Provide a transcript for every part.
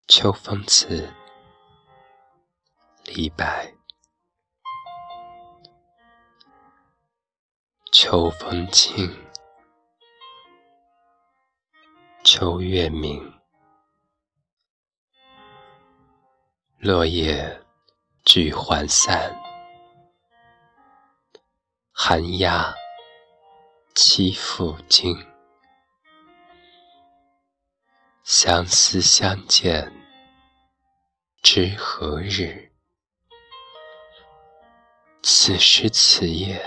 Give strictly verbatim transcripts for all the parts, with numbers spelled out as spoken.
秋风词，李白。秋风清，秋月明，落叶聚还散，寒鸦栖复惊。相思相见知何日？此时此夜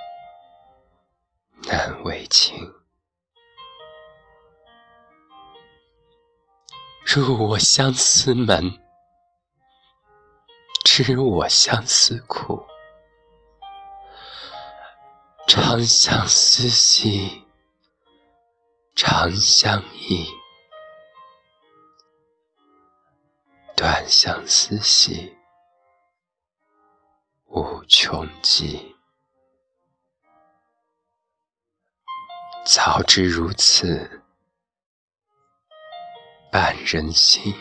难为情。入我相思门，知我相思苦。长相思兮长相忆，短相思兮无穷极。早知如此，绊人心，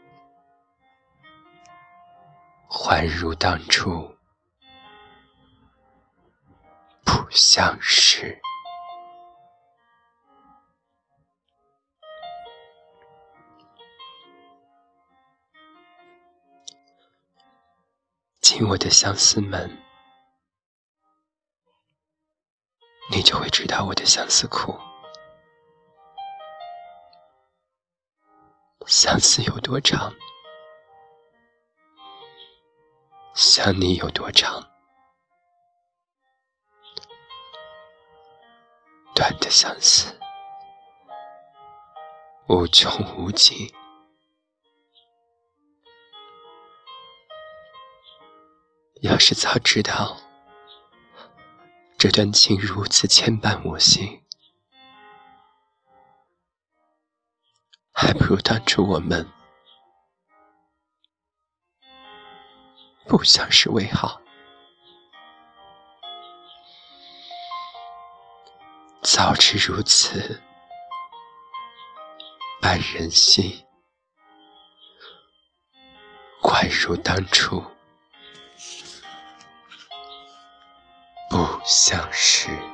还如当初不相识。进我的相思门，你就会知道我的相思苦。相思有多长，想你有多长。短的相思无穷无尽。要是早知道这段情如此牵绊我心，还不如当初我们不相识为好。早知如此，绊人心，还如当初不相识。